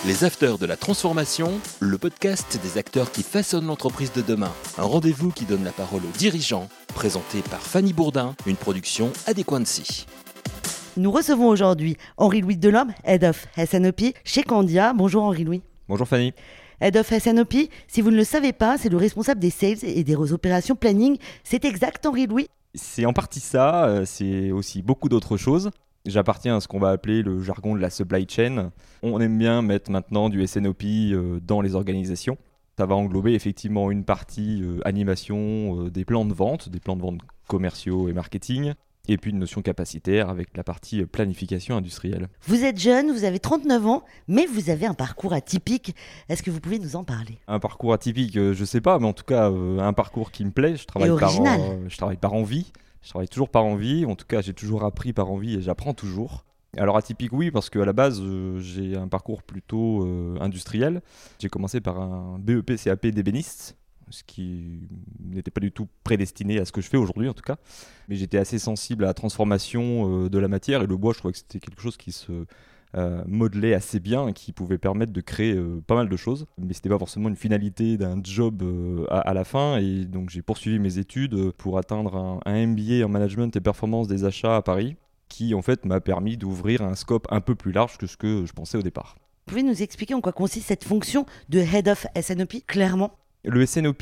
Les Afters de la Transformation, le podcast des acteurs qui façonnent l'entreprise de demain. Un rendez-vous qui donne la parole aux dirigeants, présenté par Fanny Bourdin, une production Adéquancy. Nous recevons aujourd'hui Henri-Louis Delhomme, Head of S&OP chez Candia. Bonjour Henri-Louis. Bonjour Fanny. Head of S&OP, si vous ne le savez pas, c'est le responsable des sales et des opérations planning. C'est exact Henri-Louis ? C'est en partie ça, c'est aussi beaucoup d'autres choses. J'appartiens à ce qu'on va appeler le jargon de la supply chain. On aime bien mettre maintenant du S&OP dans les organisations. Ça va englober effectivement une partie animation des plans de vente commerciaux et marketing, et puis une notion capacitaire avec la partie planification industrielle. Vous êtes jeune, vous avez 39 ans, mais vous avez un parcours atypique. Est-ce que vous pouvez nous en parler ? Un parcours atypique, je sais pas, mais en tout cas un parcours qui me plaît. Je travaille par envie. Je travaille toujours par envie, en tout cas j'ai toujours appris par envie et j'apprends toujours. Alors atypique oui, parce qu'à la base j'ai un parcours plutôt industriel. J'ai commencé par un BEP CAP d'ébéniste, ce qui n'était pas du tout prédestiné à ce que je fais aujourd'hui en tout cas. Mais j'étais assez sensible à la transformation de la matière et le bois je trouvais que c'était quelque chose qui se modelait assez bien et qui pouvait permettre de créer pas mal de choses, mais c'était pas forcément une finalité d'un job à la fin, et donc j'ai poursuivi mes études pour atteindre un MBA en management et performance des achats à Paris, qui en fait m'a permis d'ouvrir un scope un peu plus large que ce que je pensais au départ. Vous pouvez nous expliquer en quoi consiste cette fonction de Head of S&OP clairement ? Le S&OP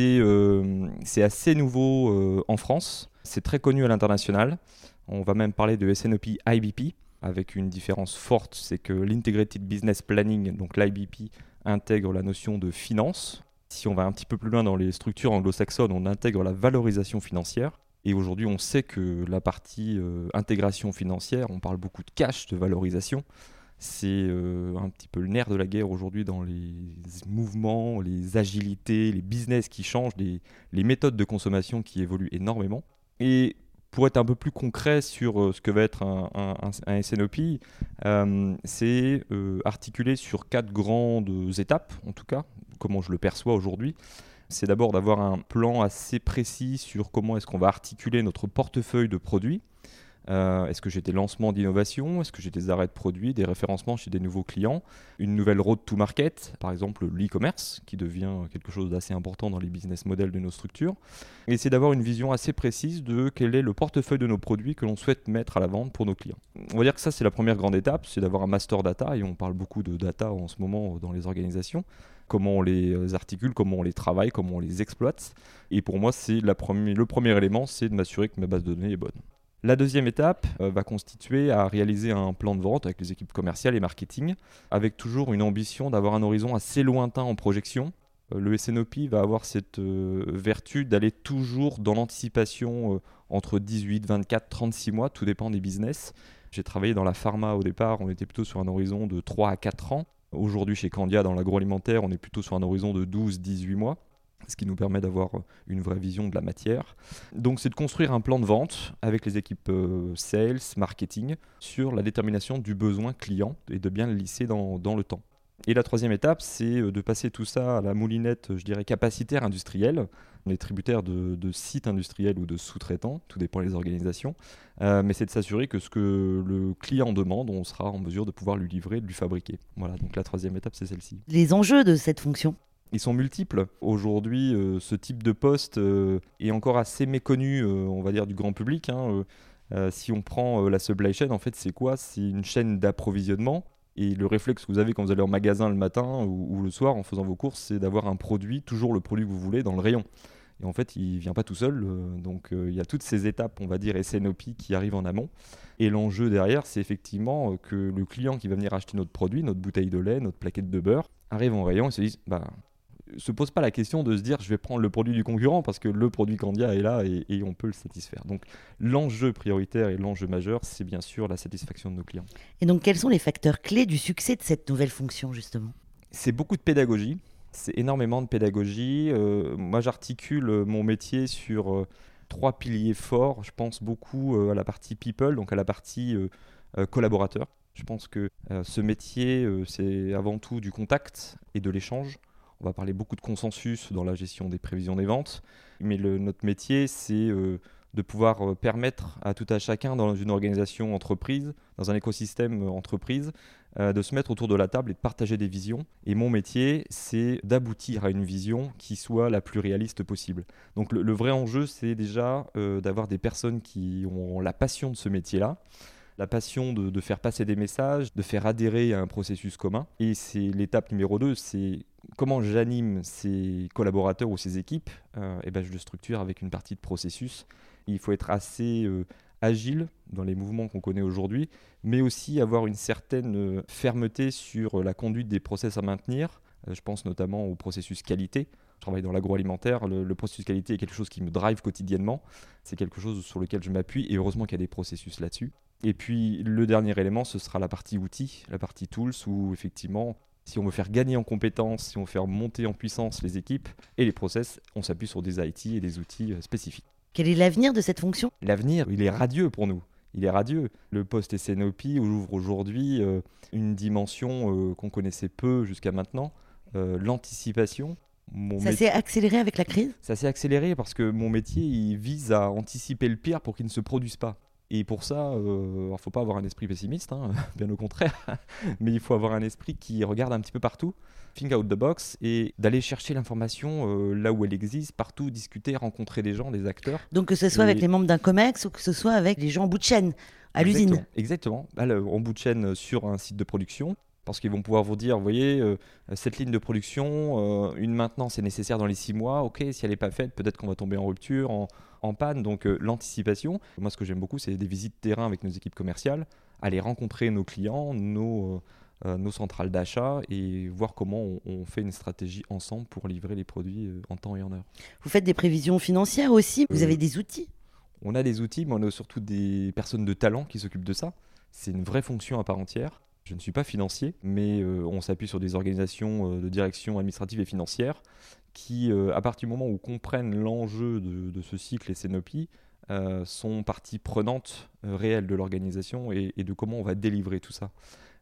c'est assez nouveau en France, c'est très connu à l'international, on va même parler de S&OP IBP, avec une différence forte, c'est que l'Integrated Business Planning, donc l'IBP, intègre la notion de finance. Si on va un petit peu plus loin dans les structures anglo-saxonnes, on intègre la valorisation financière. Et aujourd'hui, on sait que la partie intégration financière, on parle beaucoup de cash, de valorisation. C'est un petit peu le nerf de la guerre aujourd'hui dans les mouvements, les agilités, les business qui changent, les méthodes de consommation qui évoluent énormément. Et pour être un peu plus concret sur ce que va être un S&OP, c'est articulé sur 4 grandes étapes, en tout cas, comment je le perçois aujourd'hui. C'est d'abord d'avoir un plan assez précis sur comment est-ce qu'on va articuler notre portefeuille de produits. Est-ce que j'ai des lancements d'innovation ? Est-ce que j'ai des arrêts de produits, des référencements chez des nouveaux clients ? Une nouvelle road to market, par exemple l'e-commerce, qui devient quelque chose d'assez important dans les business models de nos structures. Et c'est d'avoir une vision assez précise de quel est le portefeuille de nos produits que l'on souhaite mettre à la vente pour nos clients. On va dire que ça, c'est la première grande étape, c'est d'avoir un master data, et on parle beaucoup de data en ce moment dans les organisations. Comment on les articule, comment on les travaille, comment on les exploite. Et pour moi, c'est le premier élément, c'est de m'assurer que ma base de données est bonne. La deuxième étape va constituer à réaliser un plan de vente avec les équipes commerciales et marketing, avec toujours une ambition d'avoir un horizon assez lointain en projection. Le S&OP va avoir cette vertu d'aller toujours dans l'anticipation entre 18, 24, 36 mois, tout dépend des business. J'ai travaillé dans la pharma au départ, on était plutôt sur un horizon de 3 à 4 ans. Aujourd'hui chez Candia, dans l'agroalimentaire, on est plutôt sur un horizon de 12, 18 mois. Ce qui nous permet d'avoir une vraie vision de la matière. Donc c'est de construire un plan de vente avec les équipes sales, marketing, sur la détermination du besoin client et de bien le lisser dans le temps. Et la troisième étape, c'est de passer tout ça à la moulinette, je dirais, capacitaire industrielle. On est tributaire de sites industriels ou de sous-traitants, tout dépend des organisations. Mais c'est de s'assurer que ce que le client demande, on sera en mesure de pouvoir lui livrer, de lui fabriquer. Voilà, donc la troisième étape, c'est celle-ci. Les enjeux de cette fonction ? Ils sont multiples. Aujourd'hui, ce type de poste est encore assez méconnu, on va dire, du grand public. Si on prend la supply chain, en fait, c'est quoi ? C'est une chaîne d'approvisionnement. Et le réflexe que vous avez quand vous allez en magasin le matin ou le soir en faisant vos courses, c'est d'avoir un produit, toujours le produit que vous voulez, dans le rayon. Et en fait, il ne vient pas tout seul. Donc, il y a toutes ces étapes, on va dire, S&OP qui arrivent en amont. Et l'enjeu derrière, c'est effectivement que le client qui va venir acheter notre produit, notre bouteille de lait, notre plaquette de beurre, arrive en rayon et se dise se pose pas la question de se dire je vais prendre le produit du concurrent parce que le produit Candia est là et on peut le satisfaire. Donc l'enjeu prioritaire et l'enjeu majeur, c'est bien sûr la satisfaction de nos clients. Et donc quels sont les facteurs clés du succès de cette nouvelle fonction justement ? C'est beaucoup de pédagogie, c'est énormément de pédagogie. Moi j'articule mon métier sur 3 piliers forts. Je pense beaucoup à la partie people, donc à la partie collaborateur. Je pense que ce métier, c'est avant tout du contact et de l'échange. On va parler beaucoup de consensus dans la gestion des prévisions des ventes, mais notre métier, c'est de pouvoir permettre à tout à chacun dans une organisation entreprise, dans un écosystème entreprise, de se mettre autour de la table et de partager des visions. Et mon métier, c'est d'aboutir à une vision qui soit la plus réaliste possible. Donc le vrai enjeu, c'est déjà d'avoir des personnes qui ont la passion de ce métier-là, la passion de faire passer des messages, de faire adhérer à un processus commun. Et c'est l'étape numéro 2, c'est comment j'anime ces collaborateurs ou ces équipes. Je le structure avec une partie de processus. Il faut être assez agile dans les mouvements qu'on connaît aujourd'hui, mais aussi avoir une certaine fermeté sur la conduite des process à maintenir. Je pense notamment au processus qualité. Je travaille dans l'agroalimentaire, le processus qualité est quelque chose qui me drive quotidiennement. C'est quelque chose sur lequel je m'appuie et heureusement qu'il y a des processus là-dessus. Et puis le dernier élément, ce sera la partie outils, la partie tools, où effectivement, si on veut faire gagner en compétences, si on veut faire monter en puissance les équipes et les process, on s'appuie sur des IT et des outils spécifiques. Quel est l'avenir de cette fonction ? L'avenir, il est radieux pour nous. Il est radieux. Le poste SNOP ouvre aujourd'hui une dimension qu'on connaissait peu jusqu'à maintenant, l'anticipation. S'est accéléré avec la crise ? Ça s'est accéléré parce que mon métier il vise à anticiper le pire pour qu'il ne se produise pas. Et pour ça, il ne faut pas avoir un esprit pessimiste, bien au contraire, mais il faut avoir un esprit qui regarde un petit peu partout, think out the box, et d'aller chercher l'information là où elle existe, partout, discuter, rencontrer des gens, des acteurs. Donc que ce soit avec les membres d'un COMEX ou que ce soit avec les gens en bout de chaîne, à l'usine. Exactement, en bout de chaîne sur un site de production. Parce qu'ils vont pouvoir vous dire, vous voyez, cette ligne de production, une maintenance est nécessaire dans les 6 mois. Ok, si elle n'est pas faite, peut-être qu'on va tomber en rupture, en panne. Donc l'anticipation, moi ce que j'aime beaucoup, c'est des visites terrain avec nos équipes commerciales, aller rencontrer nos clients, nos centrales d'achat et voir comment on fait une stratégie ensemble pour livrer les produits en temps et en heure. Vous faites des prévisions financières aussi, vous avez des outils ? On a des outils, mais on a surtout des personnes de talent qui s'occupent de ça. C'est une vraie fonction à part entière. Je ne suis pas financier, mais on s'appuie sur des organisations de direction administrative et financière qui, à partir du moment où comprennent l'enjeu de ce cycle SNOP, sont partie prenante réelle de l'organisation et de comment on va délivrer tout ça.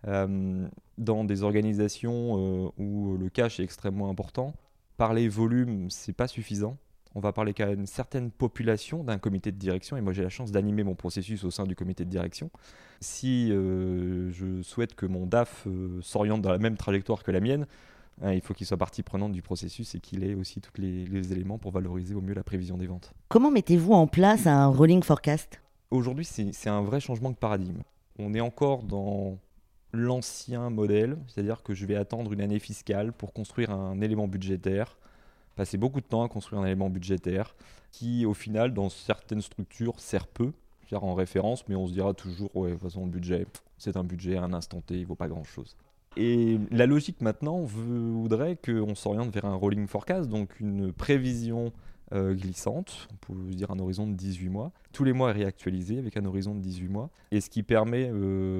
Dans des organisations où le cash est extrêmement important, parler volume, c'est pas suffisant. On va parler qu'à une certaine population d'un comité de direction, et moi j'ai la chance d'animer mon processus au sein du comité de direction. Si je souhaite que mon DAF s'oriente dans la même trajectoire que la mienne, il faut qu'il soit partie prenante du processus et qu'il ait aussi tous les éléments pour valoriser au mieux la prévision des ventes. Comment mettez-vous en place un rolling forecast ? Aujourd'hui, c'est un vrai changement de paradigme. On est encore dans l'ancien modèle, c'est-à-dire que je vais attendre une année fiscale pour construire un élément budgétaire, passer beaucoup de temps à construire un élément budgétaire qui, au final, dans certaines structures, sert peu, c'est-à-dire en référence, mais on se dira toujours, ouais, de toute façon, le budget, c'est un budget à un instant T, il ne vaut pas grand-chose. Et la logique maintenant voudrait qu'on s'oriente vers un rolling forecast, donc une prévision glissante, on peut dire un horizon de 18 mois. Tous les mois est réactualisé avec un horizon de 18 mois. Et ce qui permet,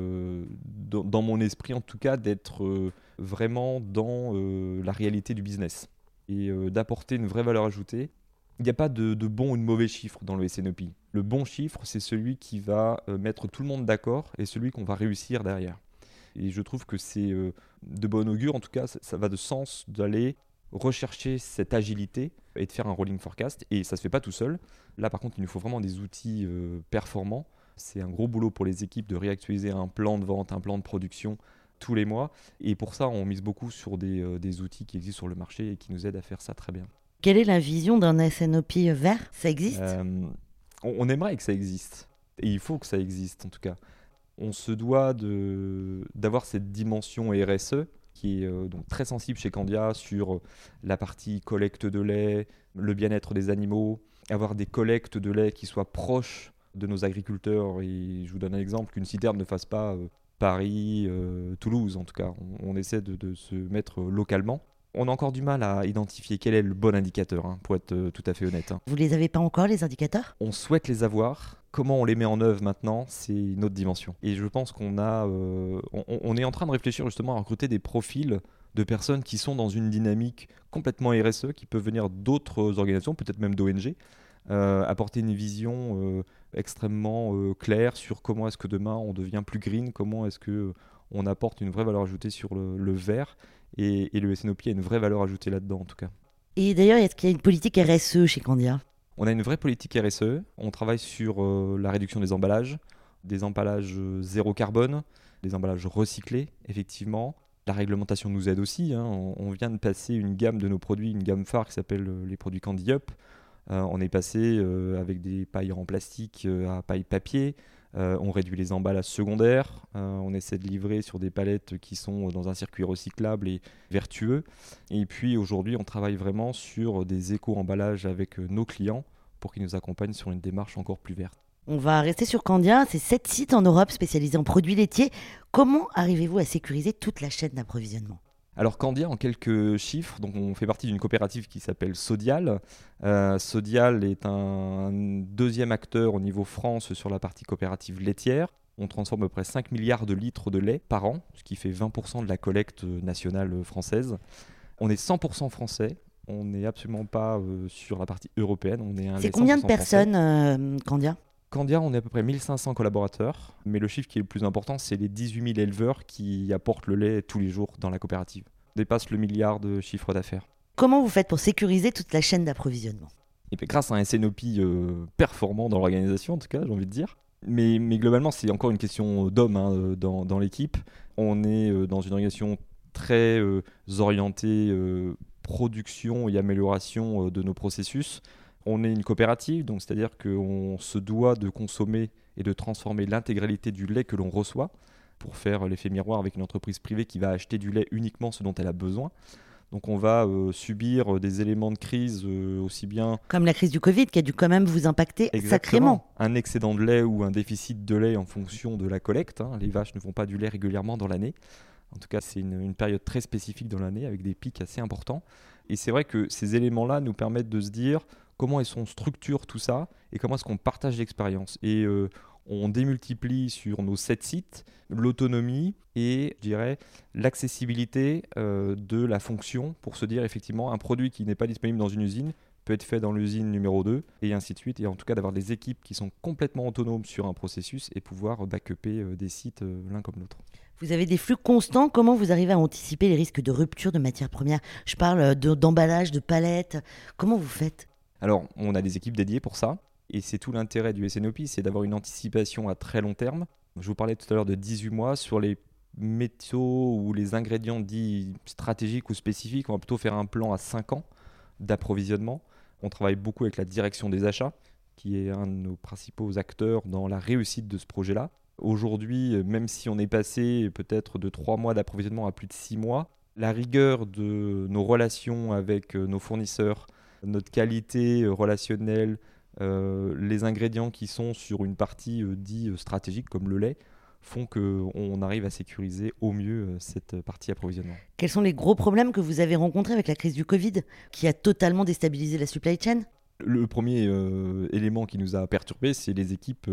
dans mon esprit en tout cas, d'être vraiment dans la réalité du business et d'apporter une vraie valeur ajoutée. Il n'y a pas de bon ou de mauvais chiffre dans le SNOP. Le bon chiffre, c'est celui qui va mettre tout le monde d'accord et celui qu'on va réussir derrière. Et je trouve que c'est de bon augure, en tout cas, ça va de sens d'aller rechercher cette agilité et de faire un rolling forecast. Et ça ne se fait pas tout seul. Là, par contre, il nous faut vraiment des outils performants. C'est un gros boulot pour les équipes de réactualiser un plan de vente, un plan de production tous les mois. Et pour ça, on mise beaucoup sur des outils qui existent sur le marché et qui nous aident à faire ça très bien. Quelle est la vision d'un SNOP vert ? Ça existe ? On aimerait que ça existe. Et il faut que ça existe, en tout cas. On se doit d'avoir cette dimension RSE qui est donc très sensible chez Candia sur la partie collecte de lait, le bien-être des animaux, avoir des collectes de lait qui soient proches de nos agriculteurs. Et je vous donne un exemple, qu'une citerne ne fasse pas Paris, Toulouse en tout cas. On essaie de se mettre localement. On a encore du mal à identifier quel est le bon indicateur, pour être tout à fait honnête. Vous les avez pas encore, les indicateurs ? On souhaite les avoir. Comment on les met en œuvre maintenant, c'est une autre dimension. Et je pense qu'on est en train de réfléchir justement à recruter des profils de personnes qui sont dans une dynamique complètement RSE, qui peuvent venir d'autres organisations, peut-être même d'ONG, apporter une vision extrêmement claire sur comment est-ce que demain on devient plus green, comment est-ce qu'on apporte une vraie valeur ajoutée sur le vert. Et le SNOP a une vraie valeur ajoutée là-dedans en tout cas. Et d'ailleurs, est-ce qu'il y a une politique RSE chez Candia ? On a une vraie politique RSE. On travaille sur la réduction des emballages zéro carbone. des emballages recyclés, effectivement. La réglementation nous aide aussi. On vient de passer une gamme de nos produits, une gamme phare qui s'appelle les produits Candy Up. On est passé avec des pailles en plastique à paille papier. On réduit les emballages secondaires. On essaie de livrer sur des palettes qui sont dans un circuit recyclable et vertueux. Et puis aujourd'hui, on travaille vraiment sur des éco-emballages avec nos clients pour qu'ils nous accompagnent sur une démarche encore plus verte. On va rester sur Candia, c'est 7 sites en Europe spécialisés en produits laitiers. Comment arrivez-vous à sécuriser toute la chaîne d'approvisionnement ? Alors Candia, en quelques chiffres, donc on fait partie d'une coopérative qui s'appelle Sodial. Sodial est un deuxième acteur au niveau France sur la partie coopérative laitière. On transforme à peu près 5 milliards de litres de lait par an, ce qui fait 20% de la collecte nationale française. On est 100% français. On n'est absolument pas sur la partie européenne. C'est combien de personnes, Candia ? Candia, on est à peu près 1500 collaborateurs, mais le chiffre qui est le plus important, c'est les 18 000 éleveurs qui apportent le lait tous les jours dans la coopérative. On dépasse le milliard de chiffre d'affaires. Comment vous faites pour sécuriser toute la chaîne d'approvisionnement ? Et puis, grâce à un SNOP performant dans l'organisation, en tout cas, j'ai envie de dire. Mais globalement, c'est encore une question d'hommes dans l'équipe. On est dans une organisation très orientée production et amélioration de nos processus. On est une coopérative, donc c'est-à-dire qu'on se doit de consommer et de transformer l'intégralité du lait que l'on reçoit pour faire l'effet miroir avec une entreprise privée qui va acheter du lait uniquement ce dont elle a besoin. Donc on va subir des éléments de crise aussi bien... Comme la crise du Covid qui a dû quand même vous impacter sacrément. Un excédent de lait ou un déficit de lait en fonction de la collecte. Les vaches ne font pas du lait régulièrement dans l'année. En tout cas, c'est une période très spécifique dans l'année avec des pics assez importants. Et c'est vrai que ces éléments-là nous permettent de se dire comment est-ce qu'on structure tout ça et comment est-ce qu'on partage l'expérience. Et on démultiplie sur nos 7 sites l'autonomie et, je dirais, l'accessibilité de la fonction pour se dire effectivement un produit qui n'est pas disponible dans une usine peut être fait dans l'usine numéro 2 et ainsi de suite. Et en tout cas d'avoir des équipes qui sont complètement autonomes sur un processus et pouvoir backuper des sites l'un comme l'autre. Vous avez des flux constants. Comment vous arrivez à anticiper les risques de rupture de matières premières ? Je parle d'emballage, de palettes. Comment vous faites ? Alors, on a des équipes dédiées pour ça. Et c'est tout l'intérêt du SNOP, c'est d'avoir une anticipation à très long terme. Je vous parlais tout à l'heure de 18 mois. Sur les métaux ou les ingrédients dits stratégiques ou spécifiques, on va plutôt faire un plan à 5 ans d'approvisionnement. On travaille beaucoup avec la direction des achats, qui est un de nos principaux acteurs dans la réussite de ce projet-là. Aujourd'hui, même si on est passé peut-être de 3 mois d'approvisionnement à plus de 6 mois, la rigueur de nos relations avec nos fournisseurs, notre qualité relationnelle, les ingrédients qui sont sur une partie dite stratégique comme le lait, font qu'on arrive à sécuriser au mieux cette partie approvisionnement. Quels sont les gros problèmes que vous avez rencontrés avec la crise du Covid qui a totalement déstabilisé la supply chain ? Le premier élément qui nous a perturbé, c'est les équipes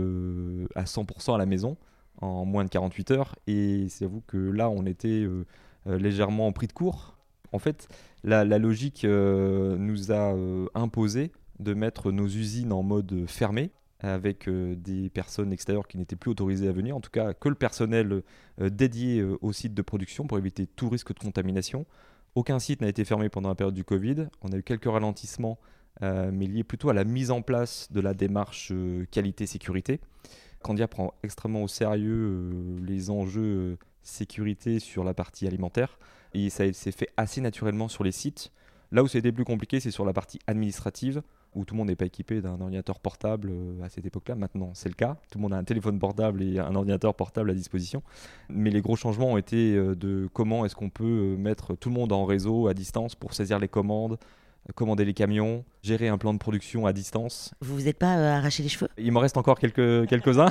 à 100% à la maison en moins de 48 heures. Et c'est à vous que là, on était légèrement pris de court. En fait, la logique nous a imposé de mettre nos usines en mode fermé avec des personnes extérieures qui n'étaient plus autorisées à venir, en tout cas que le personnel dédié au site de production pour éviter tout risque de contamination. Aucun site n'a été fermé pendant la période du Covid. On a eu quelques ralentissements, mais liés plutôt à la mise en place de la démarche qualité-sécurité. Candia prend extrêmement au sérieux les enjeux sécurité sur la partie alimentaire et ça s'est fait assez naturellement sur les sites. Là où c'était plus compliqué, c'est sur la partie administrative, où tout le monde n'est pas équipé d'un ordinateur portable à cette époque-là. Maintenant, c'est le cas. Tout le monde a un téléphone portable et un ordinateur portable à disposition. Mais les gros changements ont été de comment est-ce qu'on peut mettre tout le monde en réseau à distance pour saisir les commandes, commander les camions, gérer un plan de production à distance. Vous vous êtes pas arraché les cheveux ? Il m'en reste encore quelques-uns.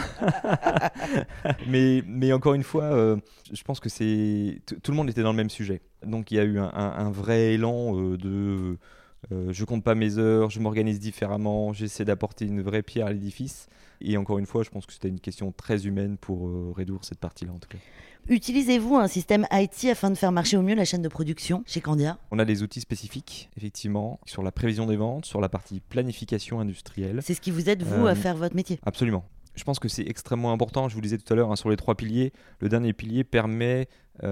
mais encore une fois, je pense que tout le monde était dans le même sujet. Donc il y a eu un vrai élan de je compte pas mes heures, je m'organise différemment, j'essaie d'apporter une vraie pierre à l'édifice. Et encore une fois, je pense que c'était une question très humaine pour résoudre cette partie-là en tout cas. Utilisez-vous un système IT afin de faire marcher au mieux la chaîne de production chez Candia ? On a des outils spécifiques, effectivement, sur la prévision des ventes, sur la partie planification industrielle. C'est ce qui vous aide, vous, à faire votre métier ? Absolument. Je pense que c'est extrêmement important. Je vous le disais tout à l'heure, sur les 3 piliers, le dernier pilier permet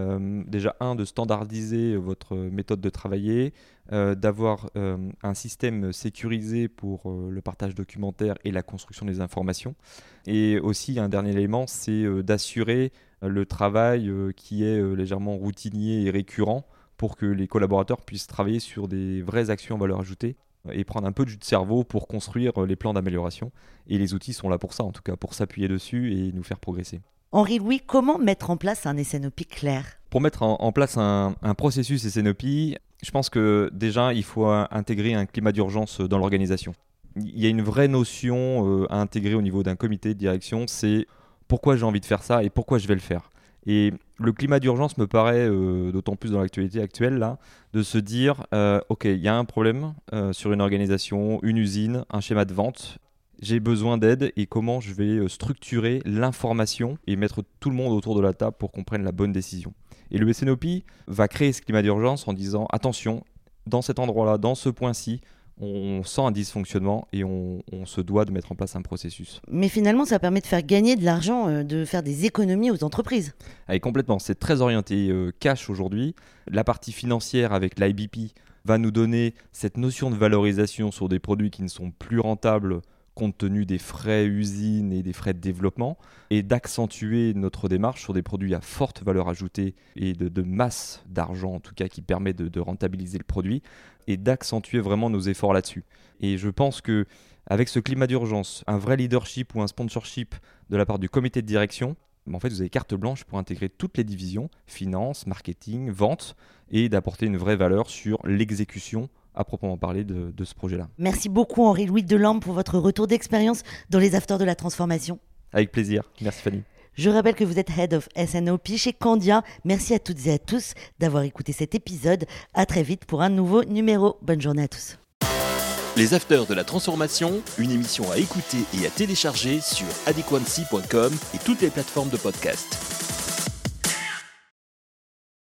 déjà de standardiser votre méthode de travailler, d'avoir un système sécurisé pour le partage documentaire et la construction des informations. Et aussi, un dernier élément, c'est d'assurer le travail qui est légèrement routinier et récurrent pour que les collaborateurs puissent travailler sur des vraies actions à valeur ajoutée et prendre un peu de jus de cerveau pour construire les plans d'amélioration. Et les outils sont là pour ça, en tout cas, pour s'appuyer dessus et nous faire progresser. Henri-Louis, comment mettre en place un SNOP clair ? Pour mettre en place un processus SNOP, je pense que déjà, il faut intégrer un climat d'urgence dans l'organisation. Il y a une vraie notion à intégrer au niveau d'un comité de direction, c'est pourquoi j'ai envie de faire ça et pourquoi je vais le faire. Et le climat d'urgence me paraît, d'autant plus dans l'actualité actuelle, là, de se dire, ok, il y a un problème sur une organisation, une usine, un schéma de vente, j'ai besoin d'aide et comment je vais structurer l'information et mettre tout le monde autour de la table pour qu'on prenne la bonne décision. Et le SNOP va créer ce climat d'urgence en disant, attention, dans cet endroit-là, dans ce point-ci, on sent un dysfonctionnement et on se doit de mettre en place un processus. Mais finalement, ça permet de faire gagner de l'argent, de faire des économies aux entreprises. Allez, complètement, c'est très orienté cash aujourd'hui. La partie financière avec l'IBP va nous donner cette notion de valorisation sur des produits qui ne sont plus rentables compte tenu des frais usines et des frais de développement, et d'accentuer notre démarche sur des produits à forte valeur ajoutée et de masse d'argent en tout cas qui permet de rentabiliser le produit, et d'accentuer vraiment nos efforts là-dessus. Et je pense que avec ce climat d'urgence, un vrai leadership ou un sponsorship de la part du comité de direction, en fait vous avez carte blanche pour intégrer toutes les divisions, finance, marketing, vente, et d'apporter une vraie valeur sur l'exécution à proprement parler de ce projet-là. Merci beaucoup Henri-Louis Delambre pour votre retour d'expérience dans les Afters de la transformation. Avec plaisir. Merci Fanny. Je rappelle que vous êtes Head of SNOP chez Candia. Merci à toutes et à tous d'avoir écouté cet épisode. À très vite pour un nouveau numéro. Bonne journée à tous. Les Afters de la transformation, une émission à écouter et à télécharger sur adequancy.com et toutes les plateformes de podcast.